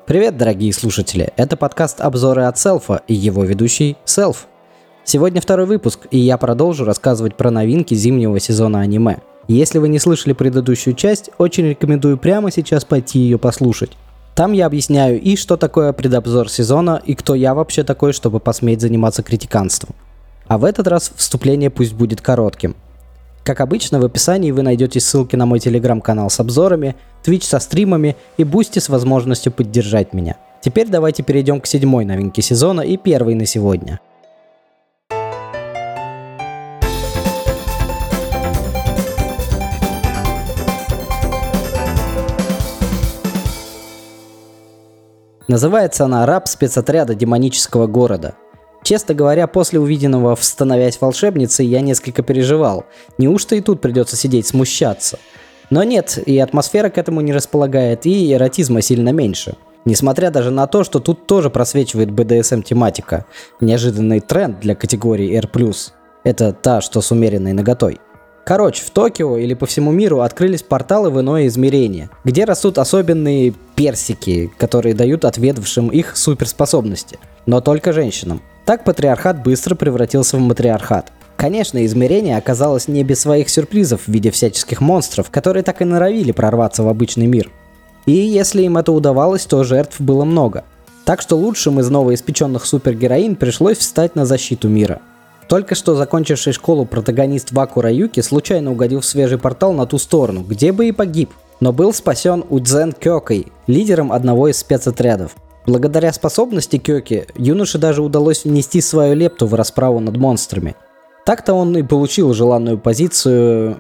Привет, дорогие слушатели! Это подкаст «Обзоры от Селфа» и его ведущий Селф. Сегодня второй выпуск, и я продолжу рассказывать про новинки зимнего сезона аниме. Если вы не слышали предыдущую часть, очень рекомендую прямо сейчас пойти ее послушать. Там я объясняю и что такое предобзор сезона, и кто я вообще такой, чтобы посметь заниматься критиканством. А в этот раз вступление пусть будет коротким. Как обычно, в описании вы найдете ссылки на мой телеграм-канал с обзорами, Twitch со стримами и Бусти с возможностью поддержать меня. Теперь давайте перейдем к седьмой новинке сезона и первой на сегодня. Называется она «Раб спецотряда демонического города». Честно говоря, после увиденного в «Становясь волшебницей» я несколько переживал. Неужто и тут придется сидеть смущаться? Но нет, и атмосфера к этому не располагает, и эротизма сильно меньше. Несмотря даже на то, что тут тоже просвечивает BDSM-тематика. Неожиданный тренд для категории R+. Это та, что с умеренной наготой. Короче, в Токио или по всему миру открылись порталы в иное измерение, где растут особенные персики, которые дают отведавшим их суперспособности. Но только женщинам. Так патриархат быстро превратился в матриархат. Конечно, измерение оказалось не без своих сюрпризов в виде всяческих монстров, которые так и норовили прорваться в обычный мир. И если им это удавалось, то жертв было много. Так что лучшим из новоиспеченных супергероинь пришлось встать на защиту мира. Только что закончивший школу протагонист Вакура Юки случайно угодил в свежий портал на ту сторону, где бы и погиб, но был спасен Удзен Кёкой, лидером одного из спецотрядов. Благодаря способности Кёки, юноше даже удалось внести свою лепту в расправу над монстрами. Так-то он и получил желанную позицию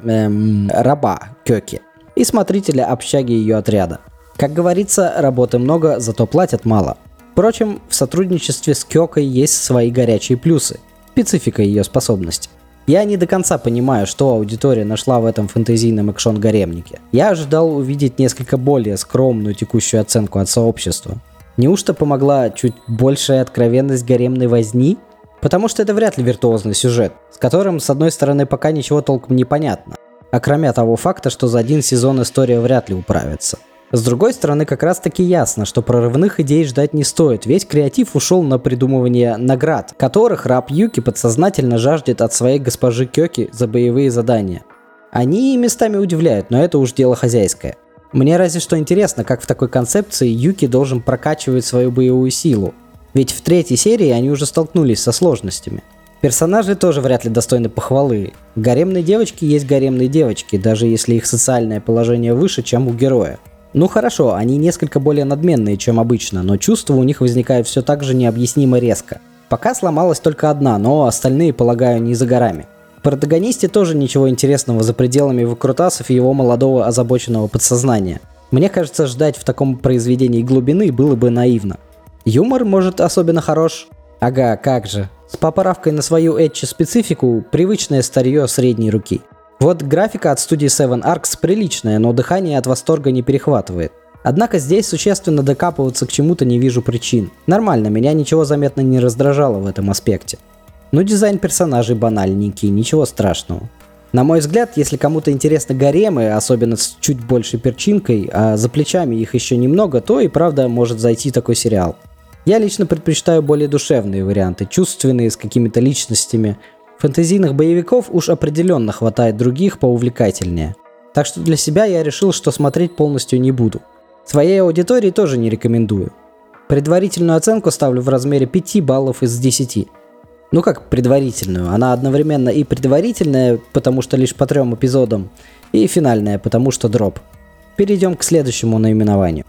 раба Кёки и смотрителя общаги ее отряда. Как говорится, работы много, зато платят мало. Впрочем, в сотрудничестве с Кёкой есть свои горячие плюсы. Специфика ее способности. Я не до конца понимаю, что аудитория нашла в этом фэнтезийном экшон-гаремнике. Я ожидал увидеть несколько более скромную текущую оценку от сообщества. Неужто помогла чуть большая откровенность гаремной возни? Потому что это вряд ли виртуозный сюжет, с которым, с одной стороны, пока ничего толком не понятно, окромя того факта, что за один сезон история вряд ли управится. С другой стороны, как раз таки ясно, что прорывных идей ждать не стоит, весь креатив ушел на придумывание наград, которых раб Юки подсознательно жаждет от своей госпожи Кёки за боевые задания. Они местами удивляют, но это уж дело хозяйское. Мне разве что интересно, как в такой концепции Юки должен прокачивать свою боевую силу. Ведь в третьей серии они уже столкнулись со сложностями. Персонажи тоже вряд ли достойны похвалы. Гаремные девочки есть гаремные девочки, даже если их социальное положение выше, чем у героя. Ну хорошо, они несколько более надменные, чем обычно, но чувства у них возникают все так же необъяснимо резко. Пока сломалась только одна, но остальные, полагаю, не за горами. В протагонисте тоже ничего интересного за пределами выкрутасов и его молодого озабоченного подсознания. Мне кажется, ждать в таком произведении глубины было бы наивно. Юмор, может, особенно хорош? Ага, как же. С поправкой на свою эдчи-специфику привычное старье средней руки. Вот графика от студии Seven Arcs приличная, но дыхание от восторга не перехватывает. Однако здесь существенно докапываться к чему-то не вижу причин. Нормально, меня ничего заметно не раздражало в этом аспекте. Ну, дизайн персонажей банальненький, ничего страшного. На мой взгляд, если кому-то интересны гаремы, особенно с чуть большей перчинкой, а за плечами их еще немного, то и правда может зайти такой сериал. Я лично предпочитаю более душевные варианты, чувственные, с какими-то личностями. Фэнтезийных боевиков уж определенно хватает других поувлекательнее. Так что для себя я решил, что смотреть полностью не буду. Своей аудитории тоже не рекомендую. Предварительную оценку ставлю в размере 5 баллов из 10. Ну как предварительную, она одновременно и предварительная, потому что лишь по 3 эпизодам, и финальная, потому что дроп. Перейдем к следующему наименованию.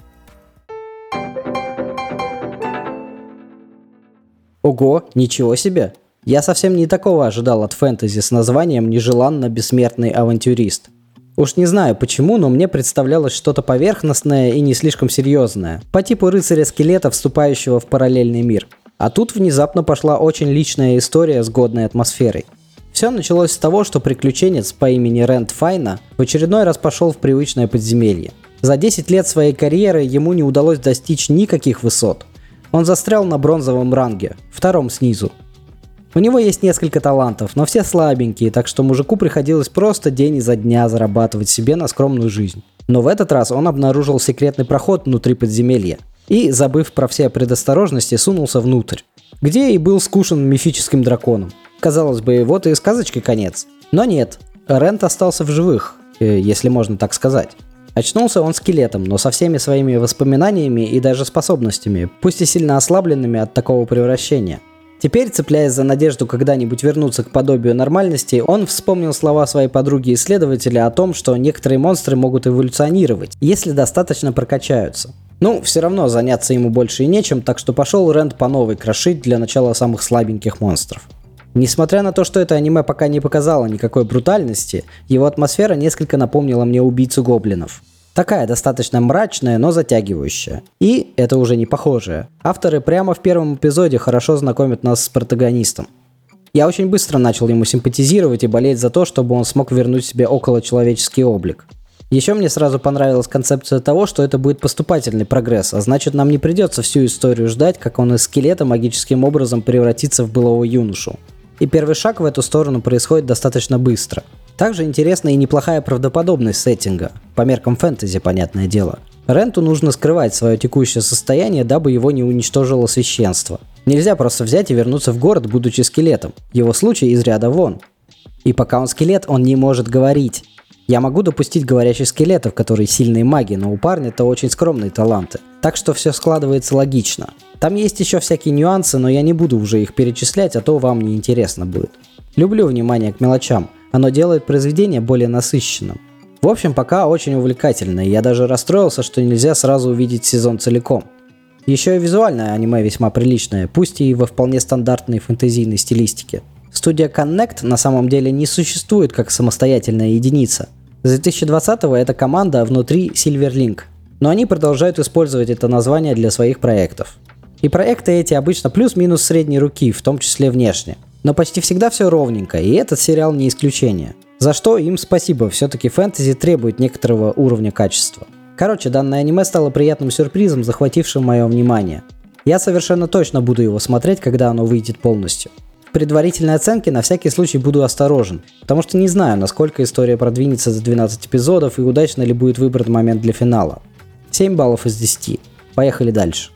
Ого, ничего себе! Я совсем не такого ожидал от фэнтези с названием «Нежеланно бессмертный авантюрист». Уж не знаю почему, но мне представлялось что-то поверхностное и не слишком серьезное, по типу рыцаря-скелета, вступающего в параллельный мир. А тут внезапно пошла очень личная история с годной атмосферой. Все началось с того, что приключенец по имени Рэнд Файна в очередной раз пошел в привычное подземелье. За 10 лет своей карьеры ему не удалось достичь никаких высот. Он застрял на бронзовом ранге, втором снизу. У него есть несколько талантов, но все слабенькие, так что мужику приходилось просто день изо дня зарабатывать себе на скромную жизнь. Но в этот раз он обнаружил секретный проход внутри подземелья. и, забыв про все предосторожности, сунулся внутрь, где и был скушен мифическим драконом. Казалось бы, вот и сказочки конец. Но нет, Рент остался в живых, если можно так сказать. Очнулся он скелетом, но со всеми своими воспоминаниями и даже способностями, пусть и сильно ослабленными от такого превращения. Теперь, цепляясь за надежду когда-нибудь вернуться к подобию нормальности, он вспомнил слова своей подруги-исследователя о том, что некоторые монстры могут эволюционировать, если достаточно прокачаются. Ну, все равно заняться ему больше и нечем, так что пошел Рент по новой крошить для начала самых слабеньких монстров. Несмотря на то, что это аниме пока не показало никакой брутальности, его атмосфера несколько напомнила мне «Убийцу гоблинов». Такая достаточно мрачная, но затягивающая. И это уже не похожее. Авторы прямо в первом эпизоде хорошо знакомят нас с протагонистом. Я очень быстро начал ему симпатизировать и болеть за то, чтобы он смог вернуть себе околочеловеческий облик. Еще мне сразу понравилась концепция того, что это будет поступательный прогресс, а значит нам не придется всю историю ждать, как он из скелета магическим образом превратится в былого юношу. И первый шаг в эту сторону происходит достаточно быстро. Также интересна и неплохая правдоподобность сеттинга, по меркам фэнтези, понятное дело. Ренту нужно скрывать свое текущее состояние, дабы его не уничтожило священство. Нельзя просто взять и вернуться в город, будучи скелетом. Его случай из ряда вон. И пока он скелет, он не может говорить. Я могу допустить говорящих скелетов, которые сильные маги, но у парня-то очень скромные таланты. Так что все складывается логично. Там есть еще всякие нюансы, но я не буду уже их перечислять, а то вам не интересно будет. Люблю внимание к мелочам. Оно делает произведение более насыщенным. В общем, пока очень увлекательно, и я даже расстроился, что нельзя сразу увидеть сезон целиком. Еще и визуальное аниме весьма приличное, пусть и во вполне стандартной фэнтезийной стилистике. Студия Connect на самом деле не существует как самостоятельная единица. С 2020-го это команда внутри Silverlink, но они продолжают использовать это название для своих проектов. И проекты эти обычно плюс-минус средней руки, в том числе внешне. Но почти всегда все ровненько, и этот сериал не исключение. За что им спасибо, все-таки фэнтези требует некоторого уровня качества. Короче, данное аниме стало приятным сюрпризом, захватившим мое внимание. Я совершенно точно буду его смотреть, когда оно выйдет полностью. В предварительной оценке на всякий случай буду осторожен, потому что не знаю, насколько история продвинется за 12 эпизодов и удачно ли будет выбран момент для финала. 7 баллов из 10. Поехали дальше.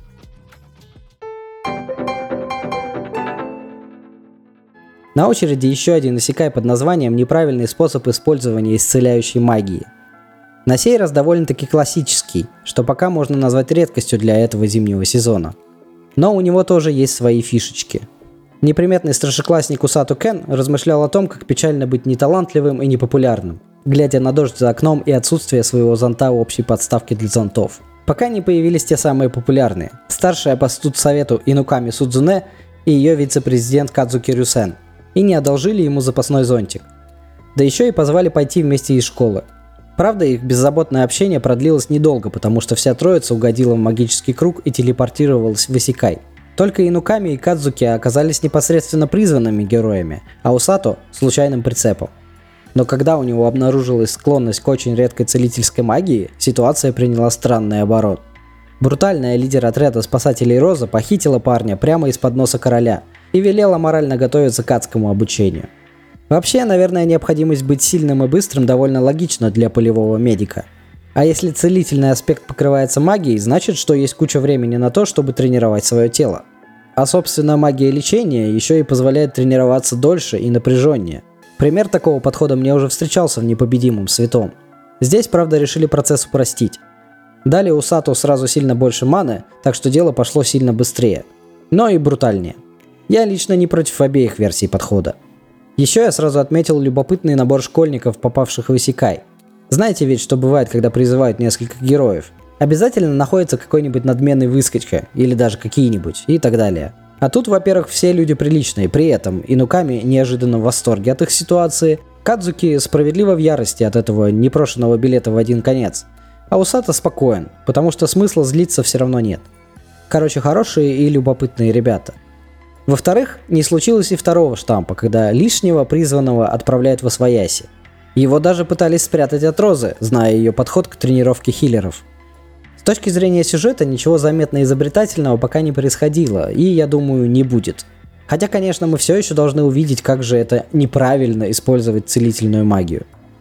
На очереди еще один иссякай под названием «Неправильный способ использования исцеляющей магии». На сей раз довольно-таки классический, что пока можно назвать редкостью для этого зимнего сезона. Но у него тоже есть свои фишечки. Неприметный старшеклассник Усато Кен размышлял о том, как печально быть неталантливым и непопулярным, глядя на дождь за окном и отсутствие своего зонта у общей подставки для зонтов. Пока не появились те самые популярные. Старшая по студсовету Инуками Судзуне и ее вице-президент Кадзуки Рюсен. И не одолжили ему запасной зонтик. Да еще и позвали пойти вместе из школы. Правда, их беззаботное общение продлилось недолго, потому что вся троица угодила в магический круг и телепортировалась в Исекай. Только Инуками и Кадзуки оказались непосредственно призванными героями, а Усато – случайным прицепом. Но когда у него обнаружилась склонность к очень редкой целительской магии, ситуация приняла странный оборот. Брутальная лидер отряда спасателей Роза похитила парня прямо из-под носа короля и велела морально готовиться к адскому обучению. Вообще, наверное, необходимость быть сильным и быстрым довольно логична для полевого медика. А если целительный аспект покрывается магией, значит, что есть куча времени на то, чтобы тренировать свое тело. А собственно, магия лечения еще и позволяет тренироваться дольше и напряженнее. Пример такого подхода мне уже встречался в «Непобедимом святом». Здесь, правда, решили процесс упростить. Дали Усато сразу сильно больше маны, так что дело пошло сильно быстрее. Но и брутальнее. Я лично не против обеих версий подхода. Еще я сразу отметил любопытный набор школьников, попавших в Исекай. Знаете ведь, что бывает, когда призывают несколько героев? Обязательно находится какой-нибудь надменный выскочка, или даже какие-нибудь, и так далее. А тут, во-первых, все люди приличные, при этом Инуками неожиданно в восторге от их ситуации, Кадзуки справедливо в ярости от этого непрошенного билета в один конец, а Усато спокоен, потому что смысла злиться все равно нет. Короче, хорошие и любопытные ребята. Во-вторых, не случилось и второго штампа, когда лишнего призванного отправляют в освояси. Его даже пытались спрятать от Розы, зная ее подход к тренировке хиллеров. С точки зрения сюжета ничего заметно изобретательного пока не происходило, и, я думаю, не будет. Хотя, конечно, мы все еще должны увидеть, как же это неправильно использовать целительную магию.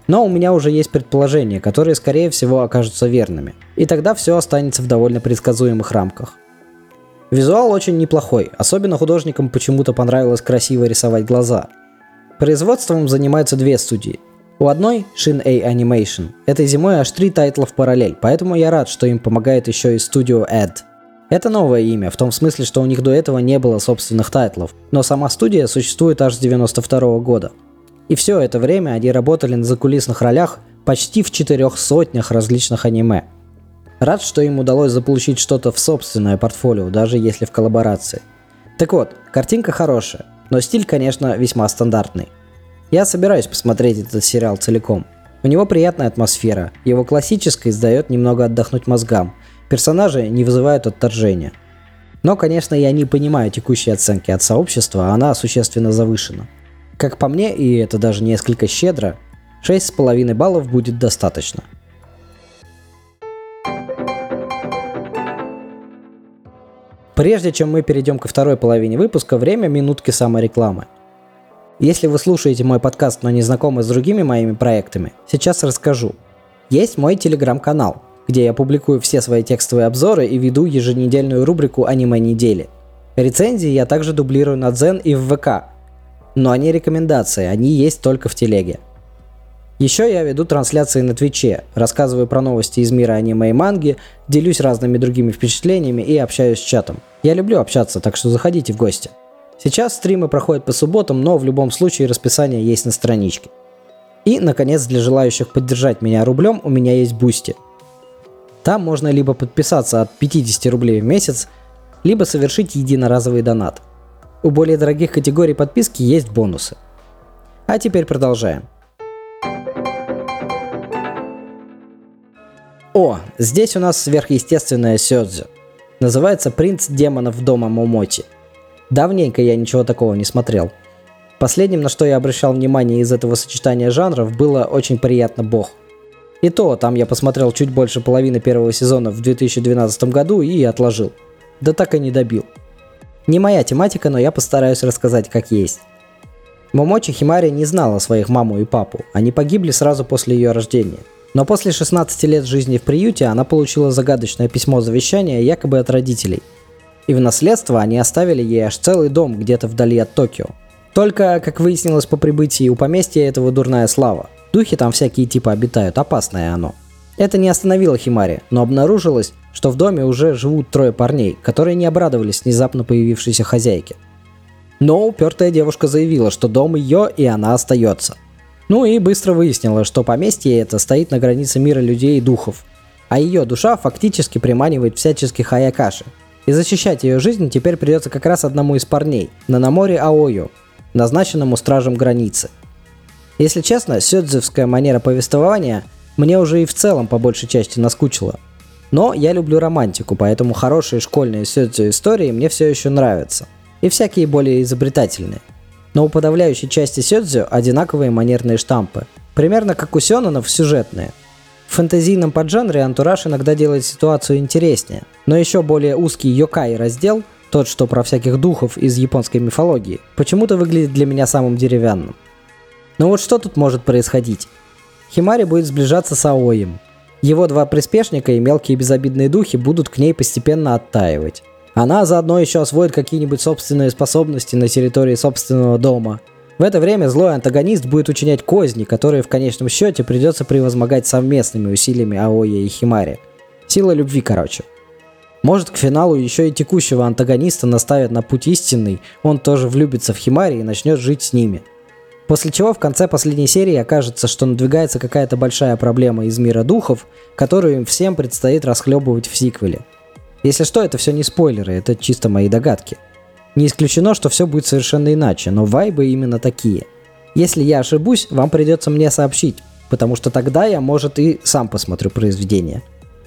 Но у меня уже есть предположения, которые, скорее всего, окажутся верными. И тогда все останется в довольно предсказуемых рамках. Визуал очень неплохой, особенно художникам почему-то понравилось красиво рисовать глаза. Производством занимаются две студии. У одной, Shin-A Animation, этой зимой аж 3 тайтла в параллель, поэтому я рад, что им помогает еще и Studio Ed. Это новое имя, в том смысле, что у них до этого не было собственных тайтлов, но сама студия существует аж с 92 года. И все это время они работали на закулисных ролях почти в 400 различных аниме. Рад, что им удалось заполучить что-то в собственное портфолио, даже если в коллаборации. Так вот, картинка хорошая, но стиль, конечно, весьма стандартный. Я собираюсь посмотреть этот сериал целиком. У него приятная атмосфера, его классическость дает немного отдохнуть мозгам, персонажи не вызывают отторжения. Но, конечно, я не понимаю текущие оценки от сообщества, она существенно завышена. Как по мне, и это даже несколько щедро, 6,5 баллов будет достаточно. Прежде чем мы перейдем ко второй половине выпуска, время минутки саморекламы. Если вы слушаете мой подкаст, но не знакомы с другими моими проектами, сейчас расскажу. Есть мой телеграм-канал, где я публикую все свои текстовые обзоры и веду еженедельную рубрику «Аниме недели». Рецензии я также дублирую на Дзен и в ВК, но они рекомендации, они есть только в телеге. Еще я веду трансляции на Твиче, рассказываю про новости из мира аниме и манги, делюсь разными другими впечатлениями и общаюсь с чатом. Я люблю общаться, так что заходите в гости. Сейчас стримы проходят по субботам, но в любом случае расписание есть на страничке. И, наконец, для желающих поддержать меня рублем, у меня есть Boosty. Там можно либо подписаться от 50 рублей в месяц, либо совершить единоразовый донат. У более дорогих категорий подписки есть бонусы. А теперь продолжаем. О, здесь у нас сверхъестественная сёдзю. Называется «Принц демонов дома Момоти». Давненько я ничего такого не смотрел. Последним, на что я обращал внимание из этого сочетания жанров, было «Очень приятно Бог». И то, там я посмотрел чуть больше половины первого сезона в 2012 году и отложил. Да так и не добил. Не моя тематика, но я постараюсь рассказать как есть. Момочи Химари не знала своих маму и папу, они погибли сразу после ее рождения. Но после 16 лет жизни в приюте она получила загадочное письмо завещания якобы от родителей. И в наследство они оставили ей аж целый дом где-то вдали от Токио. Только, как выяснилось по прибытии, у поместья этого дурная слава. Духи там всякие типа обитают, опасное оно. Это не остановило Химари, но обнаружилось, что в доме уже живут 3 парней, которые не обрадовались внезапно появившейся хозяйке. Но упертая девушка заявила, что дом ее и она остается. Ну и быстро выяснила, что поместье это стоит на границе мира людей и духов, а ее душа фактически приманивает всяческих аякаши. И защищать ее жизнь теперь придется как раз одному из парней, Нанамори Аою, назначенному стражем границы. Если честно, сёдзевская манера повествования мне уже и в целом по большей части наскучила. Но я люблю романтику, поэтому хорошие школьные сёдзю истории мне все еще нравятся. И всякие более изобретательные. Но у подавляющей части сёдзю одинаковые манерные штампы. Примерно как у сёнэнов сюжетные. В фэнтезийном поджанре антураж иногда делает ситуацию интереснее. Но еще более узкий йокай раздел, тот, что про всяких духов из японской мифологии, почему-то выглядит для меня самым деревянным. Но вот что тут может происходить? Химари будет сближаться с Аоем. Его 2 приспешника и мелкие безобидные духи будут к ней постепенно оттаивать. Она заодно еще освоит какие-нибудь собственные способности на территории собственного дома. В это время злой антагонист будет учинять козни, которые в конечном счете придется превозмогать совместными усилиями Аоя и Химари. Сила любви, короче. Может, к финалу еще и текущего антагониста наставят на путь истинный, он тоже влюбится в Химари и начнет жить с ними. После чего в конце последней серии окажется, что надвигается какая-то большая проблема из мира духов, которую им всем предстоит расхлебывать в сиквеле. Если что, это все не спойлеры, это чисто мои догадки. Не исключено, что все будет совершенно иначе, но вайбы именно такие. Если я ошибусь, вам придется мне сообщить, потому что тогда я, может, и сам посмотрю произведение.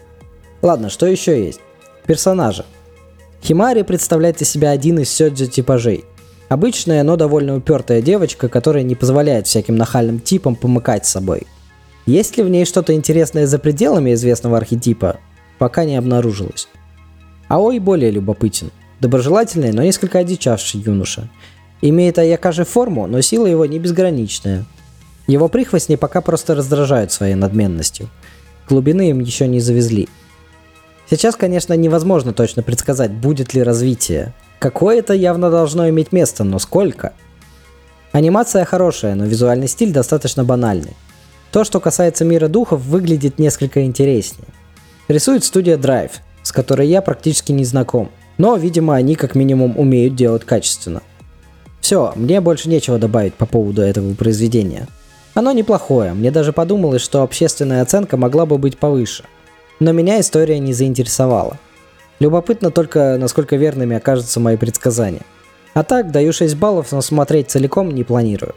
Ладно, что еще есть? Персонажи. Химари представляет из себя один из сёдзю типажей. Обычная, но довольно упертая девочка, которая не позволяет всяким нахальным типам помыкать с собой. Есть ли в ней что-то интересное за пределами известного архетипа? Пока не обнаружилось. Аой более любопытен. Доброжелательный, но несколько одичавший юноша. Имеет аякаши форму, но сила его не безграничная. Его прихвостни пока просто раздражают своей надменностью. Глубины им еще не завезли. Сейчас, конечно, невозможно точно предсказать, будет ли развитие. Какое-то явно должно иметь место, но сколько? Анимация хорошая, но визуальный стиль достаточно банальный. То, что касается мира духов, выглядит несколько интереснее. Рисует студия Drive, с которой я практически не знаком, но, видимо, они как минимум умеют делать качественно. Все, мне больше нечего добавить по поводу этого произведения. Оно неплохое, мне даже подумалось, что общественная оценка могла бы быть повыше. Но меня история не заинтересовала. Любопытно только, насколько верными окажутся мои предсказания. А так, даю 6 баллов, но смотреть целиком не планирую.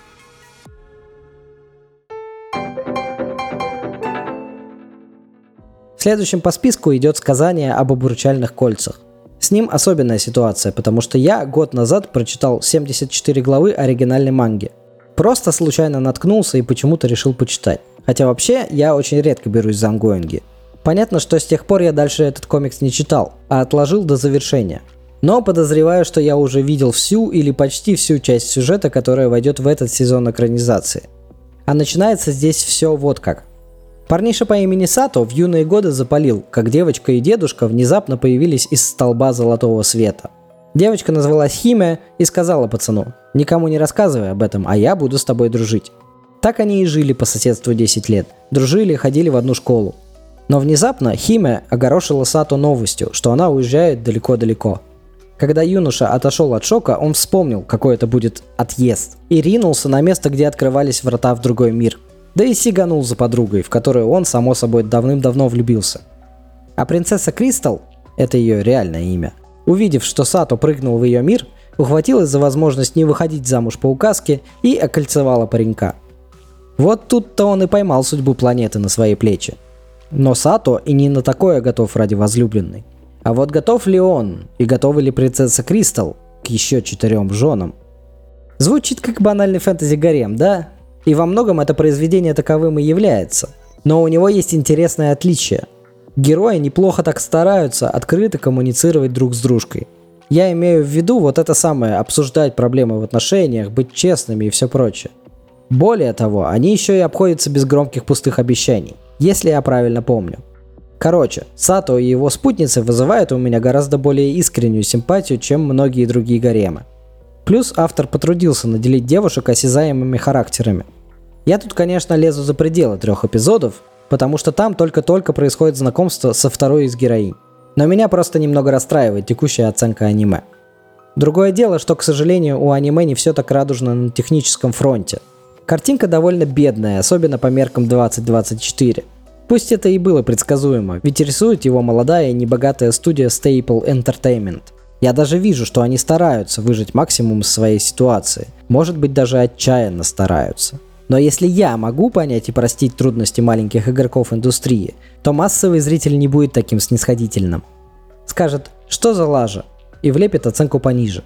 Следующим по списку идет сказание об обручальных кольцах. С ним особенная ситуация, потому что я год назад прочитал 74 главы оригинальной манги. Просто случайно наткнулся и почему-то решил почитать. Хотя вообще я очень редко берусь за ангоинги. Понятно, что с тех пор я дальше этот комикс не читал, а отложил до завершения. Но подозреваю, что я уже видел всю или почти всю часть сюжета, которая войдет в этот сезон экранизации. А начинается здесь все вот как. Парниша по имени Сато в юные годы запалил, как девочка и дедушка внезапно появились из столба золотого света. Девочка назвалась Химе и сказала пацану: «Никому не рассказывай об этом, а я буду с тобой дружить». Так они и жили по соседству 10 лет. Дружили, ходили в одну школу. Но внезапно Химе огорошила Сато новостью, что она уезжает далеко-далеко. Когда юноша отошел от шока, он вспомнил, какой это будет отъезд, и ринулся на место, где открывались врата в другой мир. Да и сиганул за подругой, в которую он, само собой, давным-давно влюбился. А принцесса Кристал, это ее реальное имя, увидев, что Сато прыгнул в ее мир, ухватилась за возможность не выходить замуж по указке и окольцевала паренька. Вот тут-то он и поймал судьбу планеты на свои плечи. Но Сато и не на такое готов ради возлюбленной. А вот готов ли он, и готова ли принцесса Кристал к еще 4 женам? Звучит как банальный фэнтези-гарем, да? И во многом это произведение таковым и является. Но у него есть интересное отличие. Герои неплохо так стараются открыто коммуницировать друг с дружкой. Я имею в виду вот это самое, обсуждать проблемы в отношениях, быть честными и все прочее. Более того, они еще и обходятся без громких пустых обещаний, если я правильно помню. Короче, Сато и его спутницы вызывают у меня гораздо более искреннюю симпатию, чем многие другие гаремы. Плюс автор потрудился наделить девушек осязаемыми характерами. Я тут, конечно, лезу за пределы 3 эпизодов, потому что там только-только происходит знакомство со второй из героинь. Но меня просто немного расстраивает текущая оценка аниме. Другое дело, что, к сожалению, у аниме не все так радужно на техническом фронте. Картинка довольно бедная, особенно по меркам 2024. Пусть это и было предсказуемо, ведь рисует его молодая и небогатая студия Staple Entertainment. Я даже вижу, что они стараются выжать максимум из своей ситуации. Может быть, даже отчаянно стараются. Но если я могу понять и простить трудности маленьких игроков индустрии, то массовый зритель не будет таким снисходительным. Скажет: что за лажа? И влепит оценку пониже.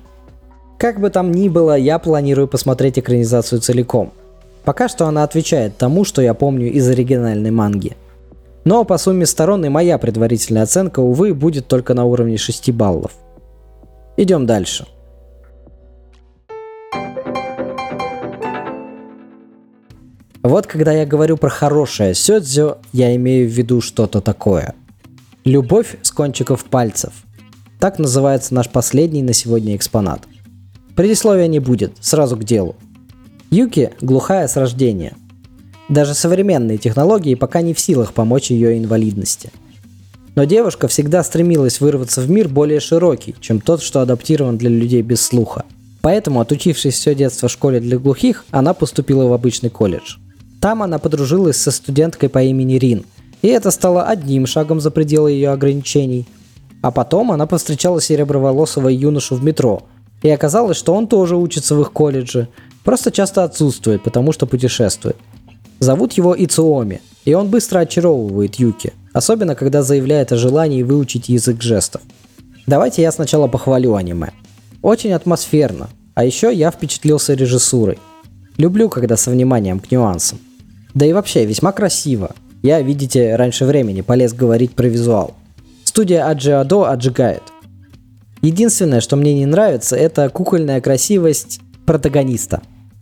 Как бы там ни было, я планирую посмотреть экранизацию целиком. Пока что она отвечает тому, что я помню из оригинальной манги. Но по сумме сторон и моя предварительная оценка, увы, будет только на уровне 6 баллов. Идем дальше. Вот когда я говорю про хорошее сёдзю, я имею в виду что-то такое. Любовь с кончиков пальцев. Так называется наш последний на сегодня экспонат. Предисловия не будет, сразу к делу. Юки глухая с рождения. Даже современные технологии пока не в силах помочь ее инвалидности. Но девушка всегда стремилась вырваться в мир более широкий, чем тот, что адаптирован для людей без слуха. Поэтому, отучившись все детство в школе для глухих, она поступила в обычный колледж. Там она подружилась со студенткой по имени Рин, и это стало одним шагом за пределы ее ограничений. А потом она повстречала сереброволосого юношу в метро, и оказалось, что он тоже учится в их колледже, просто часто отсутствует, потому что путешествует. Зовут его Ицуоми, и он быстро очаровывает Юки, особенно когда заявляет о желании выучить язык жестов. Давайте я сначала похвалю аниме. Очень атмосферно, а еще я впечатлился режиссурой. Люблю, когда со вниманием к нюансам. Да и вообще весьма красиво. Я, видите, раньше времени полез говорить про визуал. Студия Аджиадо отжигает. Единственное, что мне не нравится, это кукольная красивость протагониста.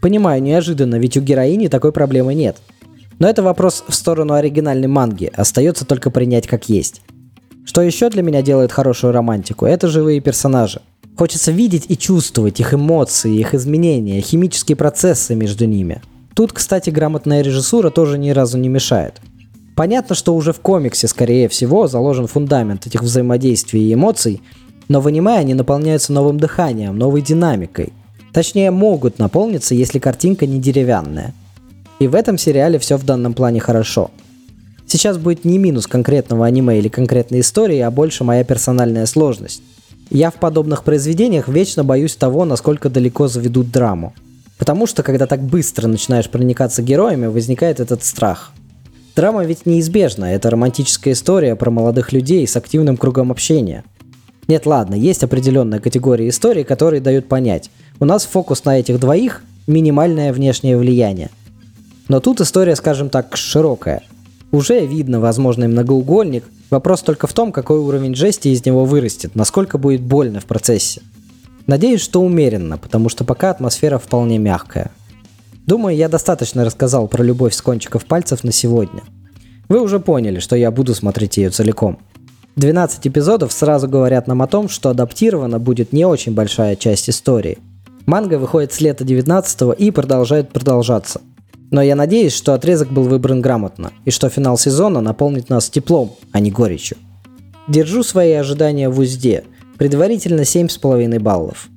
Понимаю, неожиданно, ведь у героини такой проблемы нет. Но это вопрос в сторону оригинальной манги, остается только принять как есть. Что еще для меня делает хорошую романтику? Это живые персонажи. Хочется видеть и чувствовать их эмоции, их изменения, химические процессы между ними. Тут, кстати, грамотная режиссура тоже ни разу не мешает. Понятно, что уже в комиксе, скорее всего, заложен фундамент этих взаимодействий и эмоций, но в аниме они наполняются новым дыханием, новой динамикой. Точнее, могут наполниться, если картинка не деревянная. И в этом сериале все в данном плане хорошо. Сейчас будет не минус конкретного аниме или конкретной истории, а больше моя персональная сложность. Я в подобных произведениях вечно боюсь того, насколько далеко заведут драму. Потому что, когда так быстро начинаешь проникаться героями, возникает этот страх. Драма ведь неизбежна, это романтическая история про молодых людей с активным кругом общения. Нет, ладно, есть определенная категория историй, которые дают понять. У нас фокус на этих двоих – минимальное внешнее влияние. Но тут история, скажем так, широкая. Уже видно возможный многоугольник, вопрос только в том, какой уровень жести из него вырастет, насколько будет больно в процессе. Надеюсь, что умеренно, потому что пока атмосфера вполне мягкая. Думаю, я достаточно рассказал про любовь с кончиков пальцев на сегодня. Вы уже поняли, что я буду смотреть ее целиком. 12 эпизодов сразу говорят нам о том, что адаптирована будет не очень большая часть истории. Манга выходит с лета 19-го и продолжает продолжаться. Но я надеюсь, что отрезок был выбран грамотно, и что финал сезона наполнит нас теплом, а не горечью. Держу свои ожидания в узде, предварительно 7,5 баллов.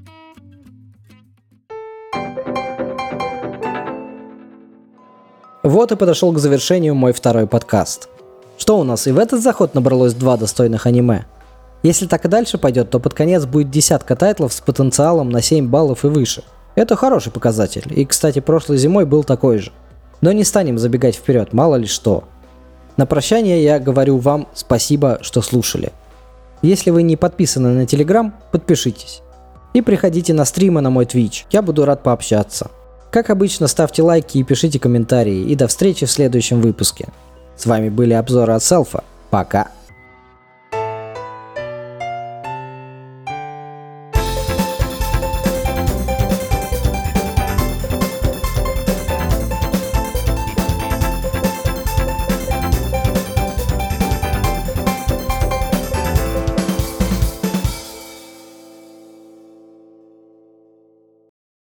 Вот и подошел к завершению мой второй подкаст. Что у нас, и в этот заход набралось 2 достойных аниме? Если так и дальше пойдет, то под конец будет десятка тайтлов с потенциалом на 7 баллов и выше. Это хороший показатель, и, кстати, прошлой зимой был такой же. Но не станем забегать вперед, мало ли что. На прощание я говорю вам спасибо, что слушали. Если вы не подписаны на Telegram, подпишитесь. И приходите на стримы на мой Twitch, я буду рад пообщаться. Как обычно, ставьте лайки и пишите комментарии, и до встречи в следующем выпуске. С вами были обзоры от Селфа. Пока!